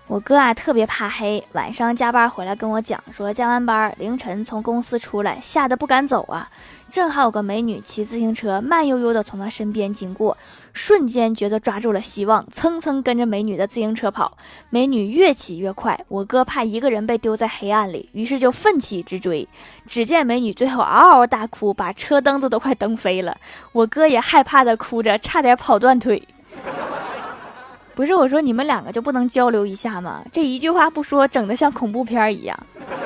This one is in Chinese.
我哥啊特别怕黑，晚上加班回来跟我讲说，加完班凌晨从公司出来，吓得不敢走啊。正好有个美女骑自行车慢悠悠的从他身边经过，瞬间觉得抓住了希望，蹭蹭跟着美女的自行车跑。美女越骑越快，我哥怕一个人被丢在黑暗里，于是就奋起直追。只见美女最后嗷嗷大哭，把车灯子都快蹬飞了。我哥也害怕的哭着，差点跑断腿。不是，我说你们两个就不能交流一下吗？这一句话不说，整得像恐怖片一样。